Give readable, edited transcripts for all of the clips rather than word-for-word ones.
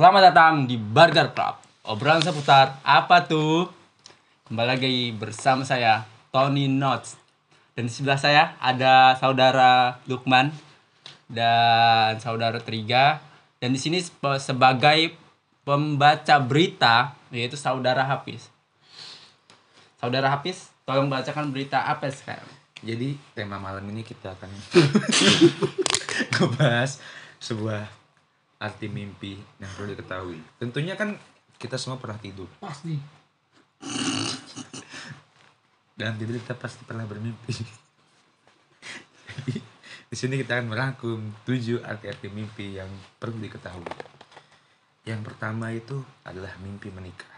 Selamat datang di Burger Club. Obrolan seputar apa tuh? Kembali lagi bersama saya Tony Notes. Dan di sebelah saya ada saudara Lukman dan saudara Triga. Dan di sini sebagai pembaca berita yaitu saudara Hafiz. Saudara Hafiz, tolong bacakan berita apa sekarang? Jadi tema malam ini kita akan ngebahas sebuah arti mimpi yang perlu diketahui. Tentunya kan kita semua pernah tidur. Pasti. Dan tidur kita pasti pernah bermimpi. Jadi di sini kita akan merangkum 7 arti-arti mimpi yang perlu diketahui. Yang pertama itu adalah mimpi menikah.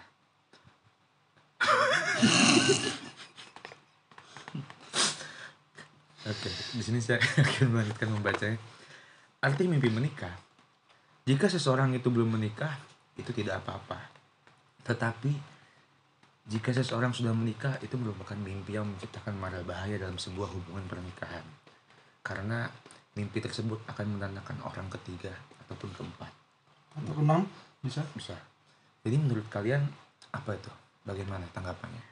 Oke, di sini saya akan melanjutkan membacanya. Arti mimpi menikah. Jika seseorang itu belum menikah, itu tidak apa-apa. Tetapi jika seseorang sudah menikah, itu merupakan mimpi yang menciptakan mara bahaya dalam sebuah hubungan pernikahan. Karena mimpi tersebut akan menandakan orang ketiga ataupun keempat. Atau keenam bisa. Bisa. Jadi menurut kalian apa itu? Bagaimana tanggapannya?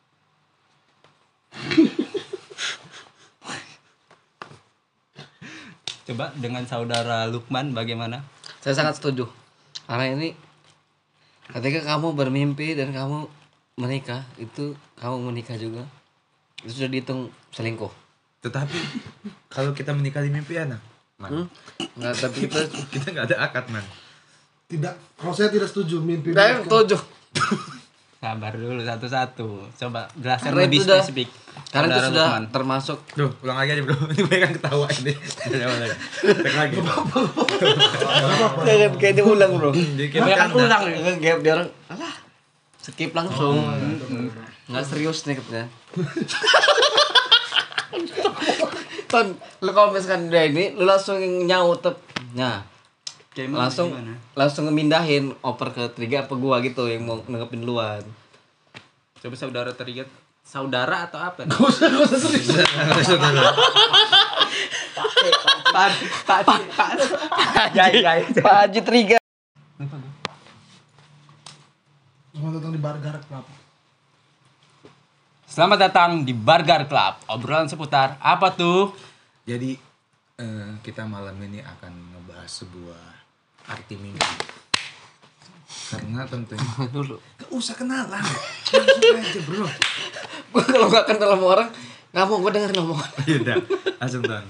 Coba dengan saudara Lukman bagaimana? Saya sangat setuju. Karena ini ketika kamu bermimpi dan kamu menikah, itu kamu menikah juga. Itu sudah dihitung selingkuh. Tetapi kalau kita menikah di mimpi enak, man. Enggak, tapi kita Kita nggak ada akad, man. Tidak. Kalau saya tidak setuju mimpi. saya setuju. Sabar dulu satu-satu. Coba jelaskan Karena lebih itu sudah- spesifik. Karena itu Saudara sudah Lukman. termasuk Duh, ulang lagi aja bro. Ini banyak kan ketawa ini. Tek lagi. kayak diulang, Bro. Jadi kita Banyak kan ulang ya. Kayak dia orang alah. Skip langsung. Enggak serius nih katanya. Ton, lu kalau misalkan dia ini, lu langsung nyaut. Nah, Gimana, langsung gimana? langsung ngemindahin oper ke Triga apa gua gitu yang mau nanggepin duluan. Coba saudara Triga. Saudara atau apa? Gak usah serius. Pak Haji Triga. Selamat datang di Burger Club. Selamat datang di Burger Club. Obrolan seputar apa tuh? Jadi kita malam ini akan ngebahas sebuah arti mimpi. Karena tentunya Dulu. gak usah kenalan. Langsung aja bro. Gua kalau gak kenal sama orang, nggak mau gua dengerin omongan. Yaudah, langsung Ton.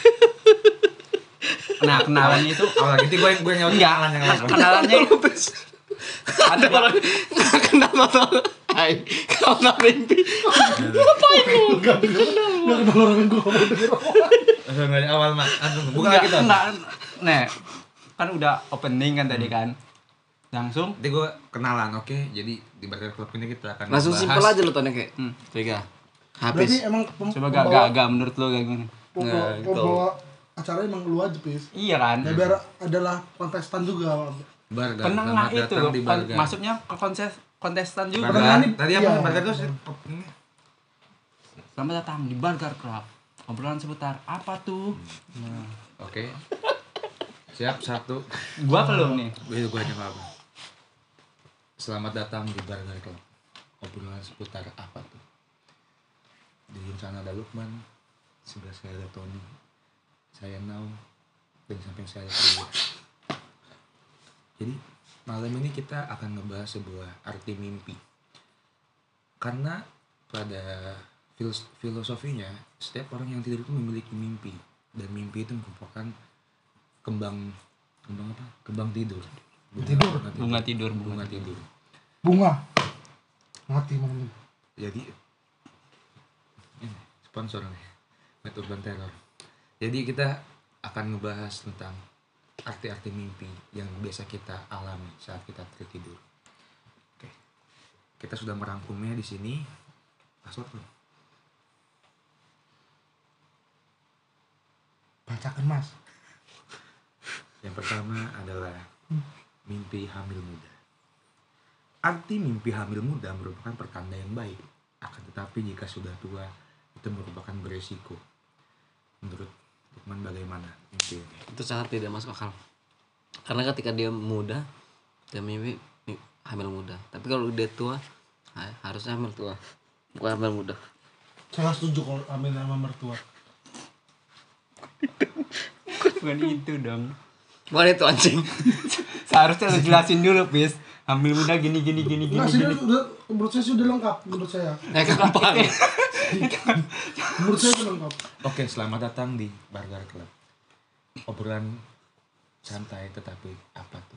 Nah, kenalannya itu Awal gitu gue nyautin enggak. kenalan yang lain. Kenalannya Ada orang nggak kenal sama Hai, kau nggak mimpi. Ngapain lu? Gak kenal orang gue mau denger. Langsung dari awal mak. Langsung buka enggak, lagi Ton. enggak. Nah, kan udah opening kan tadi kan. Langsung Nanti gue kenalan, oke? Jadi di Burger Club ini kita akan Langsung ngebahas- simpel aja lu Ton kayak. Triga. Berarti Habis. emang coba gak menurut lo kayak gimana? pembawa acara emang lu aja, Pis. Iya kan? Ya biar adalah kontestan juga. Burger. Penengah Selamat itu datang di Burger. masuknya ke kontestan juga. Burger. Penengah nih, Tadi apa? iya. Burger tuh Selamat datang di Burger Club. Obrolan seputar apa tuh? Oke. Siap, 1. Gua belum nih. Gue aja nggak apa. Selamat datang di Burger Club. Obrolan seputar apa tuh? Di sana ada Lukman, sebelah saya ada Tony, saya Nau, dan samping saya ada Tria. Jadi malam ini kita akan ngebahas sebuah arti mimpi. Karena pada filosofinya setiap orang yang tidur itu memiliki mimpi, dan mimpi itu merupakan kembang apa? Kembang tidur. Bunga tidur. Bunga tidur. Bunga. Mati malam ini. Jadi ini sponsor nih, Met Urban Terror. Jadi kita akan ngebahas tentang arti-arti mimpi yang biasa kita alami saat kita tertidur. Oke, kita sudah merangkumnya di sini. Password belum? Bacakan, Mas. Yang pertama adalah mimpi hamil muda. Arti mimpi hamil muda merupakan pertanda yang baik. Akan tetapi jika sudah tua, itu merupakan beresiko. Menurut Lukman bagaimana mimpi ini? Itu sangat tidak masuk akal. Karena ketika dia muda, Dia mimpi hamil muda. Tapi kalau udah tua harusnya hamil tua, bukan hamil muda. Saya nggak setuju kalau hamil sama mertua. Bukan itu dong. Bukan itu anjing. Seharusnya lu jelasin dulu, Pis. Hamil muda gini. Nggak sih, udah, menurut saya sih udah lengkap menurut saya. Gampang. Menurut saya udah lengkap. Oke, selamat datang di Burger Club. Obrolan santai tetapi apa tuh?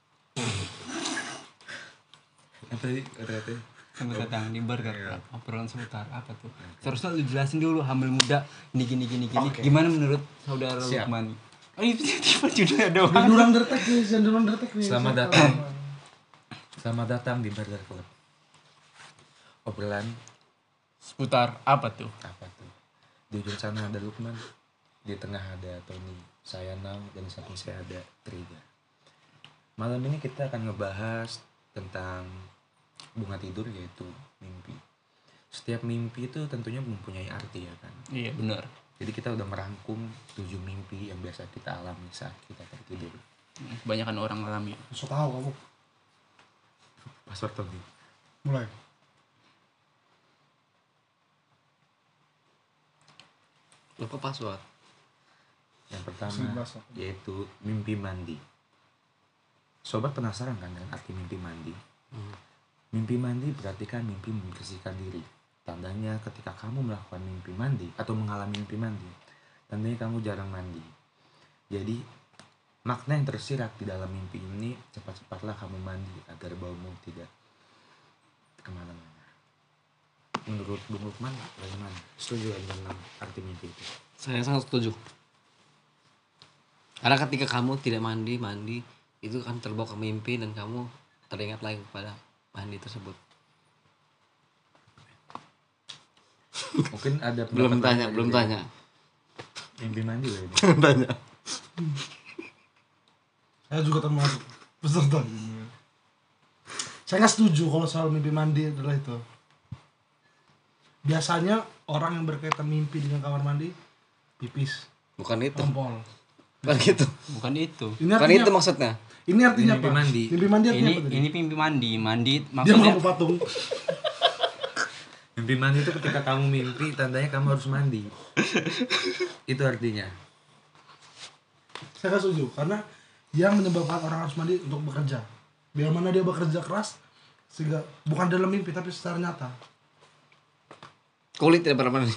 Apa tadi katanya? Selamat datang di Burger Club. Obrolan seputar apa tuh? Seharusnya lu jelasin dulu hamil muda gini. Oke. Gimana menurut saudara Siap. Lukman? Oh, itu tiba judulnya doang. Jangan undertake nih. Selamat datang di Burger Club. Obrolan Seputar apa tuh? apa tuh? Di ujung sana ada Lukman, di tengah ada Tony, saya Nau, dan di samping saya ada Triga. Malam ini kita akan ngebahas tentang bunga tidur, yaitu mimpi. Setiap mimpi itu tentunya mempunyai arti, ya kan? Iya, benar. Jadi kita udah merangkum 7 mimpi yang biasa kita alami saat kita tertidur. Kebanyakan orang alami. So tahu kamu. Password Tony. Mulai. Lupa password. Yang pertama Sebelas. yaitu mimpi mandi. Sobat penasaran kan dengan arti mimpi mandi? Mimpi mandi berarti kan mimpi membersihkan diri. Tandanya ketika kamu melakukan mimpi mandi atau mengalami mimpi mandi, tandanya kamu jarang mandi. Jadi makna yang tersirat di dalam mimpi ini, cepat-cepatlah kamu mandi agar baumu tidak kemana-mana. Menurut Bung Lukman bagaimana? Setuju dengan arti mimpi itu? Saya sangat setuju. Karena ketika kamu tidak mandi itu kan terbawa ke mimpi dan kamu teringat lagi kepada mandi tersebut. Mungkin ada Belum pendapat tanya, lain belum dari tanya. mimpi mandi loh ini. Belum tanya. Saya juga termasuk peserta ini. Saya nggak setuju kalau soal mimpi mandi adalah itu. Biasanya orang yang berkaitan mimpi dengan kamar mandi pipis, Bukan itu. tompol. Bukan gitu. Bukan itu. Ini Bukan artinya itu maksudnya. Ini artinya Mimpi apa? mandi. Mimpi mandi artinya Ini apa tadi? ini mimpi mandi. Mandi Dia maksudnya mampu patung. Mimpi mandi itu ketika kamu mimpi, tandanya kamu harus mandi. Itu artinya. Saya nggak setuju karena yang menyebabkan orang harus mandi untuk bekerja. Biar mana dia bekerja keras sehingga bukan dalam mimpi tapi secara nyata. Kulit tidak pernah mandi.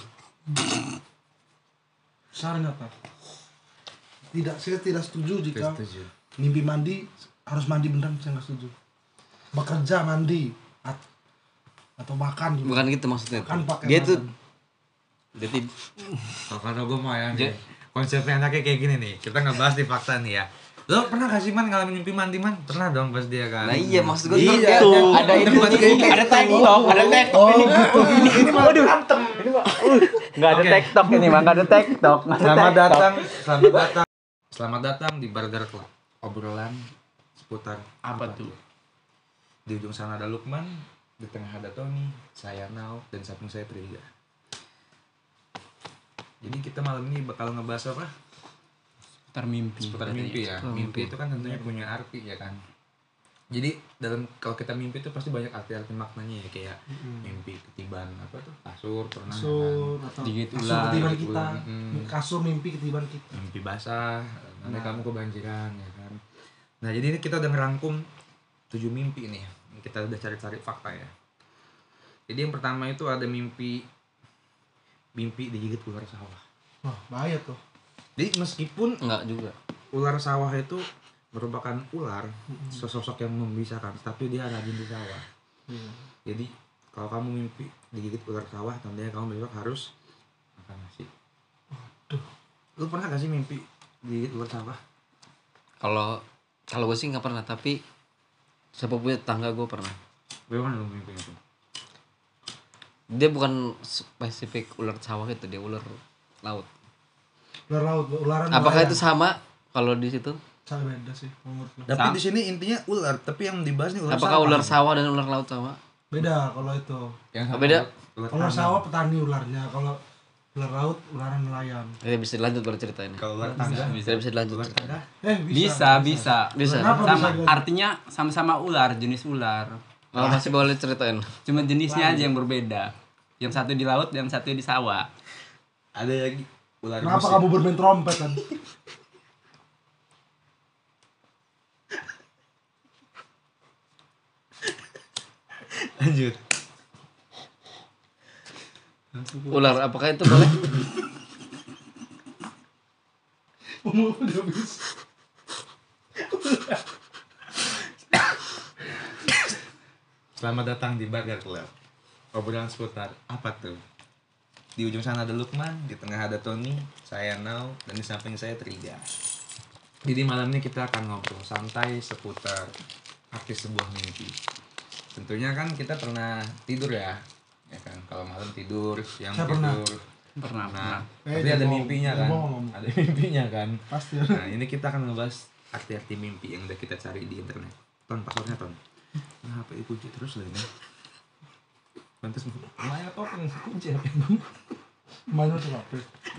Secara nyata. Tidak, saya tidak setuju jika Setuju. mimpi mandi harus mandi beneran, saya nggak setuju. Bekerja mandi atau makan juga. Bukan gitu maksudnya. Kan pakai Dia tuh mantan. Kalau gue mau ya nih, konsepnya enaknya kayak gini nih. Kita ngebahas di fakta nih ya. Lo pernah gak sih Man ngalamin mimpi mandi Man? Pernah dong pas dia kan. Nah iya maksud gue Iya, tuh ada itu ada TikTok, ada TikTok ini mah waduh hantem. Ini mah enggak ada Oke. TikTok ini mah enggak ada TikTok. Selamat datang di Burger Club. Obrolan seputar Apa tuh? Di ujung sana ada Lukman, di tengah ada Tony, saya Nau, dan samping saya Triga. Jadi kita malam ini bakal ngebahas apa? Seputar mimpi. Seputar mimpi ya. Seputar Mimpi mimpi. itu kan tentunya punya arti ya kan. Jadi kalau kita mimpi itu pasti banyak arti-arti maknanya ya, kayak mimpi ketiban apa tuh kasur pernah ya Kasur kan? atau Digigit kasur ular, ketiban digigit kita. ular. Kasur mimpi ketiban kita. Mimpi basah nanti Nah. kamu kebanjiran ya kan. Nah jadi ini kita udah ngerangkum 7 mimpi nih. Kita udah cari-cari fakta ya. Jadi yang pertama itu ada mimpi digigit ular sawah. Wah, bahaya tuh. Jadi meskipun enggak juga. ular sawah itu merupakan ular sosok yang membisarkan, tapi dia rajin di sawah. Jadi kalau kamu mimpi digigit ular sawah, tandanya kamu besok harus makan nasi. Lu pernah gak sih mimpi digigit ular sawah? Kalau gue sih nggak pernah, tapi sepupunya tetangga gue pernah. Bagaimana lu mimpi itu? Dia bukan spesifik ular sawah itu, dia ular laut. Ular laut, ularan. Apakah nelayan. itu sama kalau di situ? Saya beda sih menurutku. Tapi di sini intinya ular, tapi yang dibahas nih ular Apakah sawah. ular sawah dan ular laut sama? Beda kalau itu. Yang sama Beda. ular Kalau tanah. sawah petani ularnya, kalau Ular laut, ularan nelayan. Ini bisa dilanjut baru cerita ini. Kalau ular tangga, Bisa dilanjut. ular tangga. Bisa. Bisa. Kenapa Sama bisa? artinya sama-sama ular, jenis ular. Oh, masih boleh ceritain. Cuma jenisnya aja yang berbeda. Yang satu di laut, yang satu di sawah. Ada lagi ular Kenapa musik. kamu bermain trompet kan? Lanjut. Ular, apakah itu boleh? Udah bisa. Selamat datang di Burger Club. Obrolan seputar apa tuh? Di ujung sana ada Lukman, di tengah ada Tony, saya Nau, dan di samping saya Triga. Jadi malam ini kita akan ngobrol santai seputar arti sebuah mimpi. Tentunya kan kita pernah tidur ya kan? Kalau malam tidur, siang Saya tidur. Pernah. Nah, Eh, tapi ada ngomong, mimpinya kan? ngomong. Ada mimpinya kan? Pasti. Nah, ini kita akan ngebahas arti-arti mimpi yang udah kita cari di internet. Ton, passwordnya Ton. Nah, HP kunci terus lah ini. Pantes lumayan apa yang kunci HP. Mana tuh apa?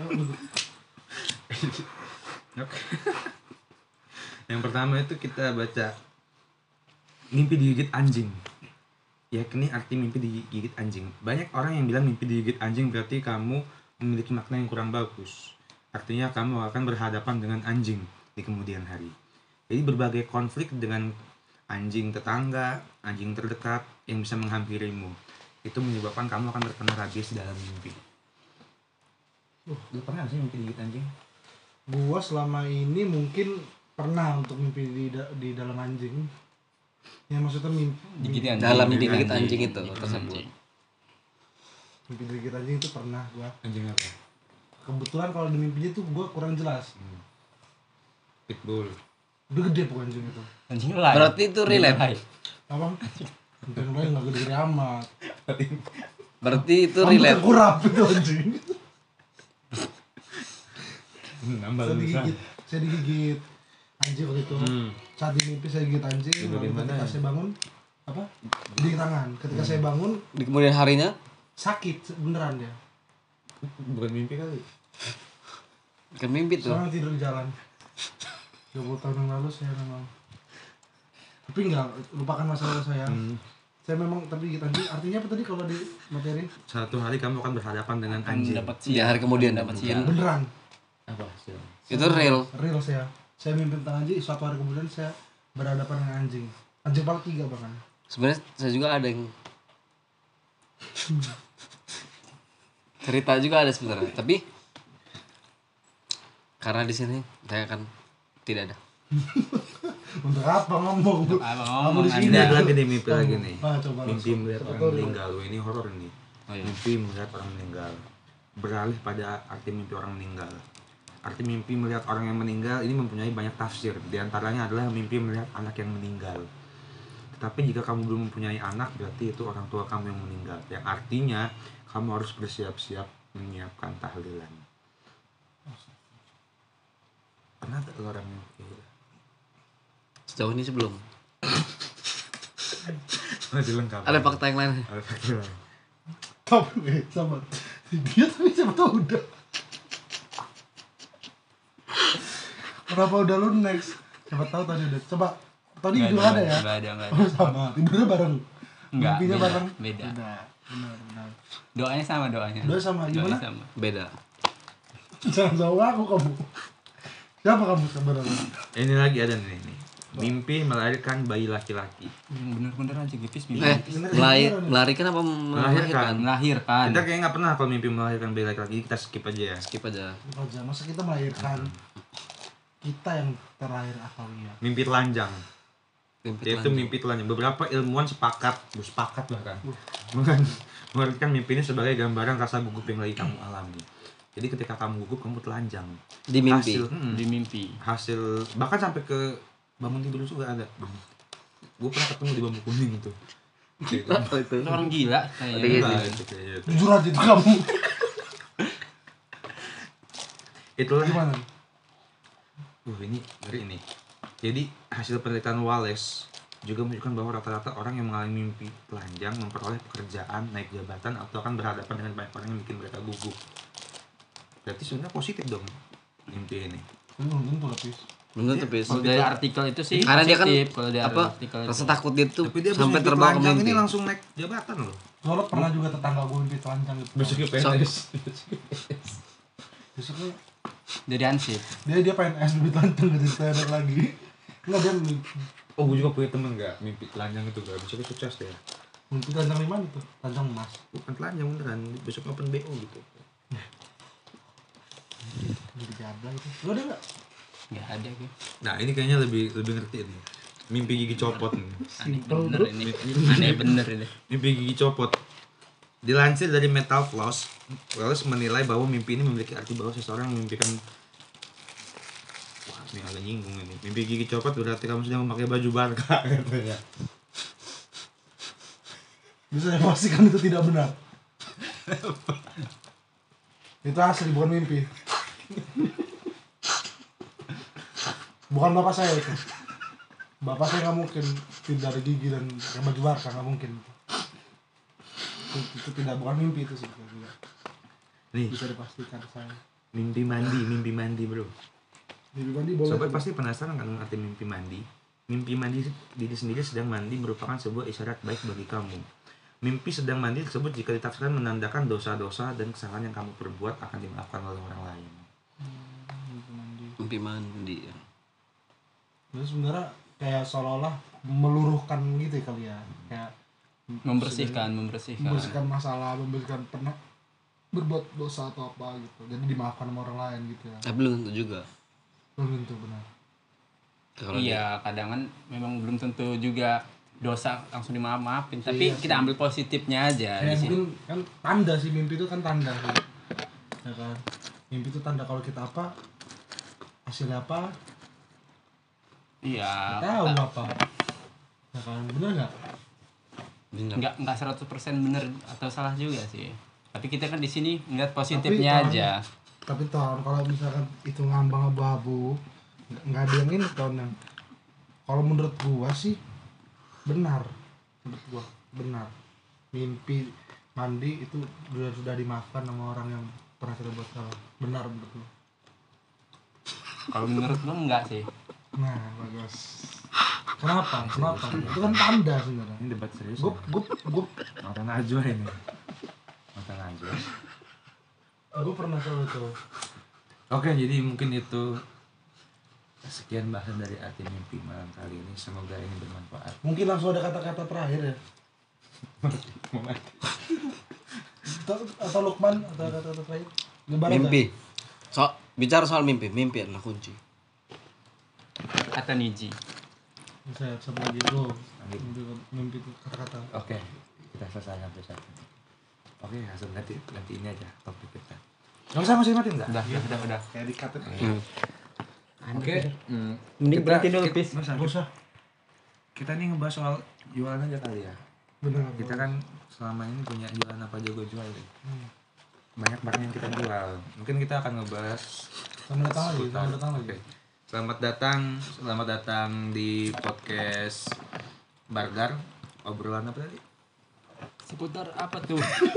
Oke. Yang pertama itu kita baca mimpi digigit anjing. Yakni arti mimpi digigit anjing. Banyak orang yang bilang mimpi digigit anjing berarti kamu memiliki makna yang kurang bagus. Artinya kamu akan berhadapan dengan anjing di kemudian hari. Jadi berbagai konflik dengan anjing tetangga, anjing terdekat yang bisa menghampirimu. Itu menyebabkan kamu akan terkena rabies dalam mimpi. Lu pernah sih mimpi digigit anjing? Gua selama ini mungkin pernah untuk mimpi di dalam anjing. Ya maksudnya mimpi Digigit anjing. Dalam Digigit digigit anjing itu Digigit tersebut. anjing. mimpi digigit anjing itu pernah gua. Anjing apa? Kebetulan kalau di mimpinya tuh gua kurang jelas. Pitbull. Udah gede pokoknya anjing itu. Anjing lain. Berarti itu relate. Apa? Mungkin lain nggak gede-gede amat. Berarti itu Kamu relate. kurap itu anjing. Nambah Saya digigit anjing waktu itu. Saat di mimpi saya digigit anjing. Di Lalu mana ketika ya? saya bangun, apa? Di tangan. Ketika saya bangun Di kemudian harinya sakit beneran dia. Bukan mimpi kali. kan mimpi tuh. Soalnya tidur di jalan. 20 tahun yang lalu saya memang. Tapi enggak, lupakan masalah saya. Saya memang tapi digigit anjing. Artinya apa tadi kalau di materi? Satu hari kamu akan berhadapan dengan Akan anjing. dapat Di sial. hari kemudian dapat sial. sial. Beneran. Apa sih? Itu real. Real saya. Saya mimpi tentang anjing. Suatu hari kemudian saya berhadapan dengan anjing. Anjing paling 3 bahkan. Sebenarnya saya juga ada yang cerita juga ada sebenarnya, tapi karena di sini saya akan tidak ada. Untuk apa ngomong? Untuk apa ngomong, Kamu di sini. Ini ada lagi nih mimpi lagi nih. Coba Mimpi langsung. melihat orang Tutorial. meninggal. Wah, ini horor nih. Oh, iya. Mimpi melihat orang meninggal. Beralih pada arti mimpi orang meninggal. Arti mimpi melihat orang yang meninggal ini mempunyai banyak tafsir. Di antaranya adalah mimpi melihat anak yang meninggal. Tetapi jika kamu belum mempunyai anak, berarti itu orang tua kamu yang meninggal. Yang artinya kamu harus bersiap-siap menyiapkan tahlilan. Pernah tak orang yang kayak gitu? Sejauh ini sebelum. Masih lengkap. Ada fakta yang lain. Ada fakta lain. Tapi sama dia tapi siapa tahu udah. Kenapa udah lu next? Siapa tahu tadi udah. Coba tadi Nggak juga ada ya? Enggak ada. Oh sama, tidurnya bareng. Enggak, Mimpinya beda, bareng. beda. Benar. Doanya sama doanya. Doa sama, gimana? Doanya sama. Beda. Jangan jauh aku kamu. Siapa kamu sebenarnya? Ini lagi ada nih. Mimpi melahirkan bayi laki-laki. Yang bener-bener aja gipis mimpi. Melarikan apa melahirkan? Melahirkan. Kita kayaknya nggak pernah kalau mimpi melahirkan bayi laki-laki, kita skip aja ya. Skip aja. Aja, masa kita melahirkan kita yang terlahir akal ya. Mimpi telanjang. Mimpi Yaitu telanjang. mimpi telanjang. Beberapa ilmuwan sepakat bahkan mengartikan mimpi ini sebagai gambaran rasa gugup yang lagi kamu alami. Jadi ketika kamu gugup, kamu telanjang. Di mimpi. Di mimpi. Hasil bahkan sampai ke bangun tidur juga ada. Gue pernah ketemu di bambu kuning itu. Apa itu? Itu orang gila Ada kayaknya. gitu. Enggak, itu kayak gitu. Jujur aja itu kamu. Itulah. Gimana? Ini ngeri ini. Jadi hasil penelitian Wallace juga menunjukkan bahwa rata-rata orang yang mengalami mimpi telanjang memperoleh pekerjaan, naik jabatan, atau akan berhadapan dengan banyak orang yang bikin mereka gugup. Berarti sebenarnya positif dong mimpi ini. Belum tentu lapis. Bener tuh Pis. Kalau dari artikel itu sih Karena dia kan positif, kalau dari apa artikel itu. rasa takut dia tuh Tapi dia sampai mimpi terbawa ke telanjang mimpi. ini langsung naik jabatan loh. Soalnya pernah juga tetangga gue mimpi telanjang gitu. Besoknya PNS. Besoknya Jadi ansip. dia PNS mimpi telanjang gak jadi PNS lagi. Enggak dia Oh, gue juga punya temen gak mimpi telanjang itu gak. Besoknya sukses deh. mimpi telanjang di mana tuh? Telanjang emas. Bukan telanjang beneran. Besok open BO gitu. Mimpi jabla itu. Lu ada enggak? Enggak ada gue. Nah ini kayaknya lebih ngerti nih. Mimpi gigi copot nih. Aneh bener ini. Aneh bener ini. Mimpi gigi copot. Dilansir dari Mental Floss, Wallace menilai bahwa mimpi ini memiliki arti bahwa seseorang memimpikan. Wah, ini agak nyinggung ini. Mimpi gigi copot berarti kamu sedang memakai baju Barca katanya. Bisa saya pastikan itu tidak benar. Itu asli bukan mimpi. Bukan bapak saya itu. Bapak saya nggak mungkin tidak ada gigi dan pakai baju Barca, nggak mungkin. Itu tidak bukan mimpi itu sebetulnya. Nih, Bisa dipastikan saya. mimpi mandi bro. Mimpi mandi boleh. Sobat pasti penasaran kan arti mimpi mandi? Mimpi mandi diri sendiri sedang mandi merupakan sebuah isyarat baik bagi kamu. Mimpi sedang mandi tersebut jika ditafsirkan menandakan dosa-dosa dan kesalahan yang kamu perbuat akan dimaafkan oleh orang lain. Mimpi mandi. Ya. Jadi sebenarnya kayak seolah-olah meluruhkan gitu ya kali ya. Kayak Membersihkan. membersihkan masalah, membersihkan pernah berbuat dosa atau apa gitu. Jadi dimaafkan sama orang lain gitu ya. Tapi belum tentu juga. Belum tentu benar. Kalau Iya, kadang kan memang belum tentu juga dosa langsung dimaafin, tapi Iya kita ambil positifnya aja di Kayak sini. mungkin kan tanda sih, mimpi itu kan tanda sih. Ya kan. Mimpi itu tanda kalau kita apa, hasilnya apa, Iya. tahu apa. Ya kan, bener nggak? benar. Enggak 100% bener atau salah juga sih. Tapi kita kan di sini ngeliat positifnya Tapi, aja. Tapi Ton, kalau misalkan itu ngambang abu-abu, nggak ada yang ini Ton yang. Kalau menurut gua sih benar, menurut gua benar. Mimpi mandi itu sudah dimaafkan sama orang yang pernah kita buat salah. Benar menurut gua. Kalau menurut lo enggak sih. Nah, bagus. Kenapa? Itu kan tanda sebenarnya. Ini debat serius. Gue Mata najwa ini. Mata najwa. pernah coba tuh. Oke, jadi mungkin itu sekian bahasan dari arti mimpi malam kali ini. Semoga ini bermanfaat. Mungkin langsung ada kata-kata terakhir ya. Atau Lukman atau kata-kata terakhir. Lebaran Mimpi. Bicara soal mimpi adalah kunci. Kata Niji. Bisa sama lagi bro. Mimpi itu kata-kata. Oke, kita selesai sampai saat ini. Oke, langsung ganti ini aja topik kita. Nggak usah masih matiin nggak? Udah. Kayak dikata. Oke. Mending berhenti dulu, Pis. Gak usah. Kita nih ngebahas soal jualan aja kali ya. Benar. Kita kan selama ini punya jualan apa aja gue jual nih. Banyak barang yang kita jual. Mungkin kita akan ngebahas. Selamat datang lagi. seputar- Selamat datang lagi. Oke. Selamat datang di podcast Bargar. Obrolan apa tadi? Seputar apa tuh?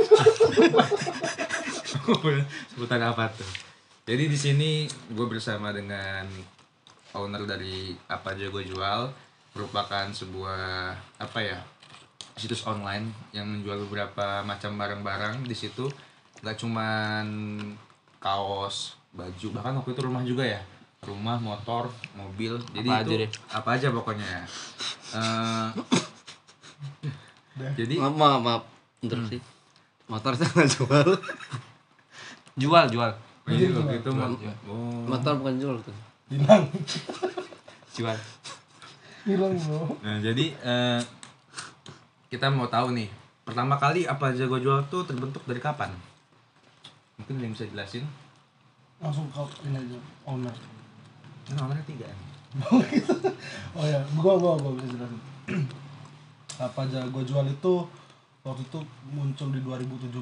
Seputar apa tuh? Jadi di sini gue bersama dengan owner dari Apa Aja Gue Jual, merupakan sebuah situs online yang menjual beberapa macam barang-barang. Di situ nggak cuman kaos, baju, bahkan waktu itu rumah juga ya, rumah, motor, mobil. Jadi Apa itu aja deh. apa aja pokoknya. Jadi Maaf. Interupsi. Motor saya nggak jual. Jual. ini waktu itu Jual. Motor bukan jual tuh. Hilang. Jual. Hilang bro. Nah jadi kita mau tahu nih, pertama kali Apa Aja Gue Jual tuh terbentuk dari kapan? Mungkin ada yang bisa jelasin? Langsung ke ini aja. Owner. Kan nomornya 3 ya? Oh ya, gua bisa jelasin. Apa Aja Gue Jual itu waktu itu muncul di 2017.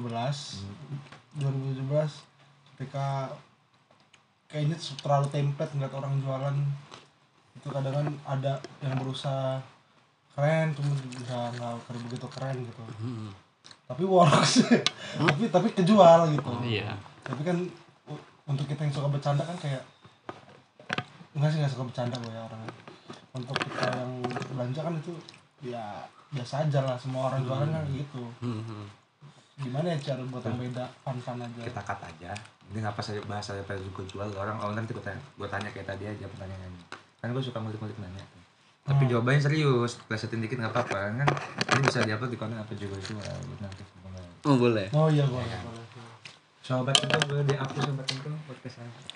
2017 ketika kayaknya terlalu template ngeliat orang jualan itu, kadang kan ada yang berusaha keren cuma bisa nggak begitu keren gitu. Tapi works. tapi kejual gitu. Iya. Tapi kan untuk kita yang suka bercanda kan kayak nggak suka bercanda gue ya orangnya. Untuk kita yang belanja kan itu ya biasa aja lah, semua orang jualan kan gitu. Gimana ya cara buat yang beda, fun aja. Kita cut aja. Ini ngapa saya bahas saya pada gue jual orang nanti gue tanya kayak tadi aja pertanyaannya. Kan gue suka ngulik-ngulik nanya tuh. Tapi jawabannya serius, plesetin dikit nggak apa-apa kan. Ini bisa diupload di konten apa juga itu nanti. Oh boleh. Oh iya boleh. Sobat itu boleh di-upload sobat itu podcast saya.